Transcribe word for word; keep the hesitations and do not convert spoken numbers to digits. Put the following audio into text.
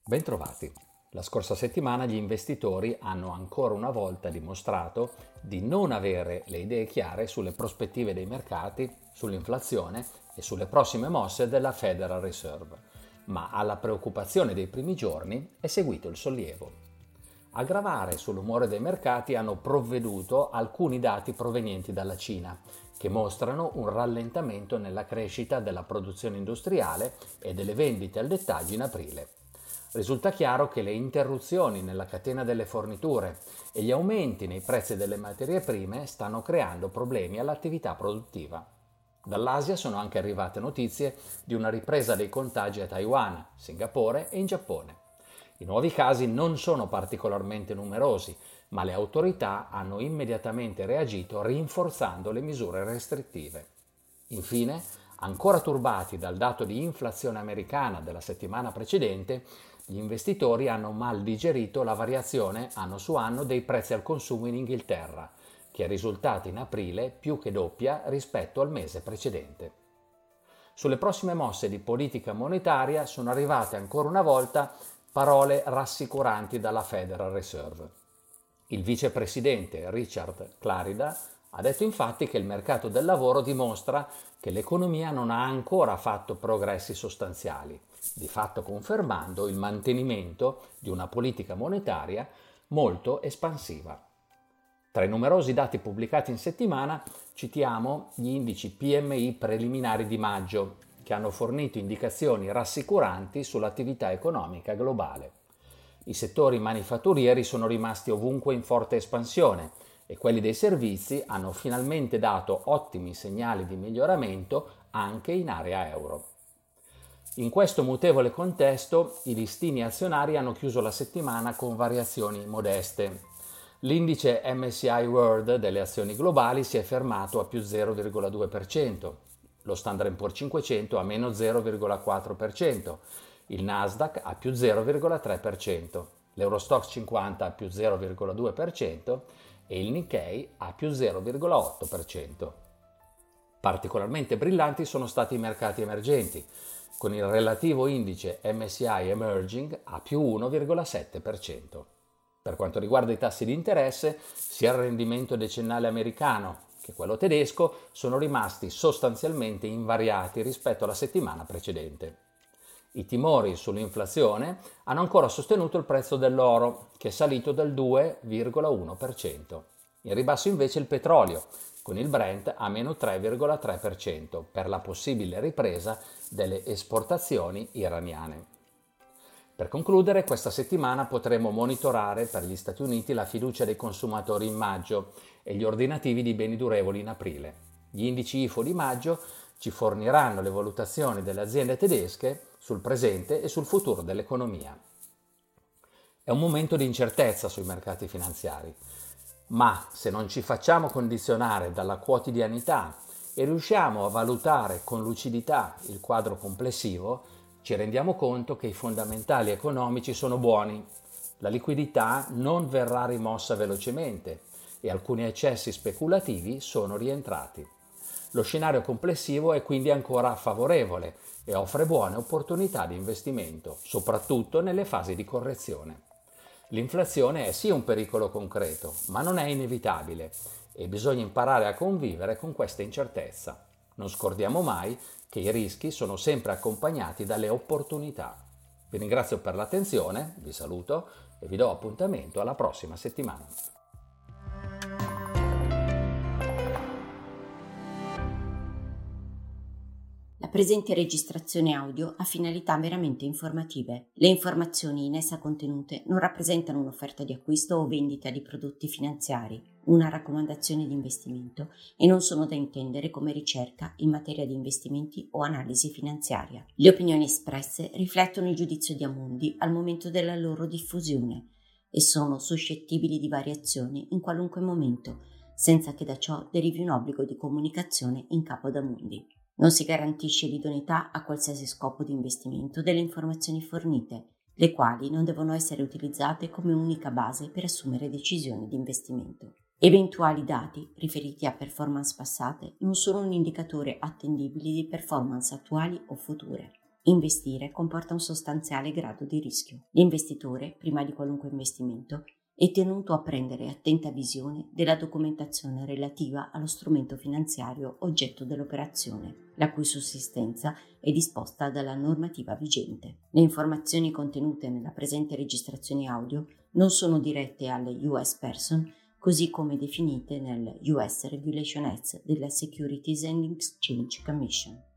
Bentrovati. La scorsa settimana gli investitori hanno ancora una volta dimostrato di non avere le idee chiare sulle prospettive dei mercati, sull'inflazione e sulle prossime mosse della Federal Reserve, ma alla preoccupazione dei primi giorni è seguito il sollievo. A gravare sull'umore dei mercati hanno provveduto alcuni dati provenienti dalla Cina, che mostrano un rallentamento nella crescita della produzione industriale e delle vendite al dettaglio in aprile. Risulta chiaro che le interruzioni nella catena delle forniture e gli aumenti nei prezzi delle materie prime stanno creando problemi all'attività produttiva. Dall'Asia sono anche arrivate notizie di una ripresa dei contagi a Taiwan, Singapore e in Giappone. I nuovi casi non sono particolarmente numerosi, ma le autorità hanno immediatamente reagito rinforzando le misure restrittive. Infine, ancora turbati dal dato di inflazione americana della settimana precedente, gli investitori hanno mal digerito la variazione anno su anno dei prezzi al consumo in Inghilterra, che è risultata in aprile più che doppia rispetto al mese precedente. Sulle prossime mosse di politica monetaria sono arrivate ancora una volta parole rassicuranti dalla Federal Reserve. Il vicepresidente Richard Clarida ha detto infatti che il mercato del lavoro dimostra che l'economia non ha ancora fatto progressi sostanziali, di fatto confermando il mantenimento di una politica monetaria molto espansiva. Tra i numerosi dati pubblicati in settimana citiamo gli indici P M I preliminari di maggio, che hanno fornito indicazioni rassicuranti sull'attività economica globale. I settori manifatturieri sono rimasti ovunque in forte espansione e quelli dei servizi hanno finalmente dato ottimi segnali di miglioramento anche in area euro. In questo mutevole contesto, i listini azionari hanno chiuso la settimana con variazioni modeste. L'indice M S C I World delle azioni globali si è fermato a più zero virgola due per cento, lo Standard and Poor's cinquecento a meno zero virgola quattro per cento, il Nasdaq a più zero virgola tre per cento, l'Eurostoxx cinquanta a più zero virgola due per cento e il Nikkei a più zero virgola otto per cento. Particolarmente brillanti sono stati i mercati emergenti, con il relativo indice M S C I Emerging a più uno virgola sette per cento. Per quanto riguarda i tassi di interesse, sia il rendimento decennale americano che quello tedesco sono rimasti sostanzialmente invariati rispetto alla settimana precedente. I timori sull'inflazione hanno ancora sostenuto il prezzo dell'oro, che è salito del due virgola uno per cento. In ribasso invece il petrolio, con il Brent a meno tre virgola tre per cento per la possibile ripresa delle esportazioni iraniane. Per concludere, questa settimana potremo monitorare per gli Stati Uniti la fiducia dei consumatori in maggio e gli ordinativi di beni durevoli in aprile. Gli indici I F O di maggio ci forniranno le valutazioni delle aziende tedesche sul presente e sul futuro dell'economia. È un momento di incertezza sui mercati finanziari, ma se non ci facciamo condizionare dalla quotidianità e riusciamo a valutare con lucidità il quadro complessivo, ci rendiamo conto che i fondamentali economici sono buoni, la liquidità non verrà rimossa velocemente e alcuni eccessi speculativi sono rientrati. Lo scenario complessivo è quindi ancora favorevole e offre buone opportunità di investimento, soprattutto nelle fasi di correzione. L'inflazione è sì un pericolo concreto, ma non è inevitabile e bisogna imparare a convivere con questa incertezza. Non scordiamo mai che i rischi sono sempre accompagnati dalle opportunità. Vi ringrazio per l'attenzione, vi saluto e vi do appuntamento alla prossima settimana. La presente registrazione audio ha finalità meramente informative. Le informazioni in essa contenute non rappresentano un'offerta di acquisto o vendita di prodotti finanziari, una raccomandazione di investimento e non sono da intendere come ricerca in materia di investimenti o analisi finanziaria. Le opinioni espresse riflettono il giudizio di Amundi al momento della loro diffusione e sono suscettibili di variazioni in qualunque momento, senza che da ciò derivi un obbligo di comunicazione in capo ad Amundi. Non si garantisce l'idoneità a qualsiasi scopo di investimento delle informazioni fornite, le quali non devono essere utilizzate come unica base per assumere decisioni di investimento. Eventuali dati riferiti a performance passate non sono un indicatore attendibile di performance attuali o future. Investire comporta un sostanziale grado di rischio. L'investitore, prima di qualunque investimento, è tenuto a prendere attenta visione della documentazione relativa allo strumento finanziario oggetto dell'operazione, la cui sussistenza è disposta dalla normativa vigente. Le informazioni contenute nella presente registrazione audio non sono dirette alle U S Person, così come definite nel U S Regulation Act della Securities and Exchange Commission.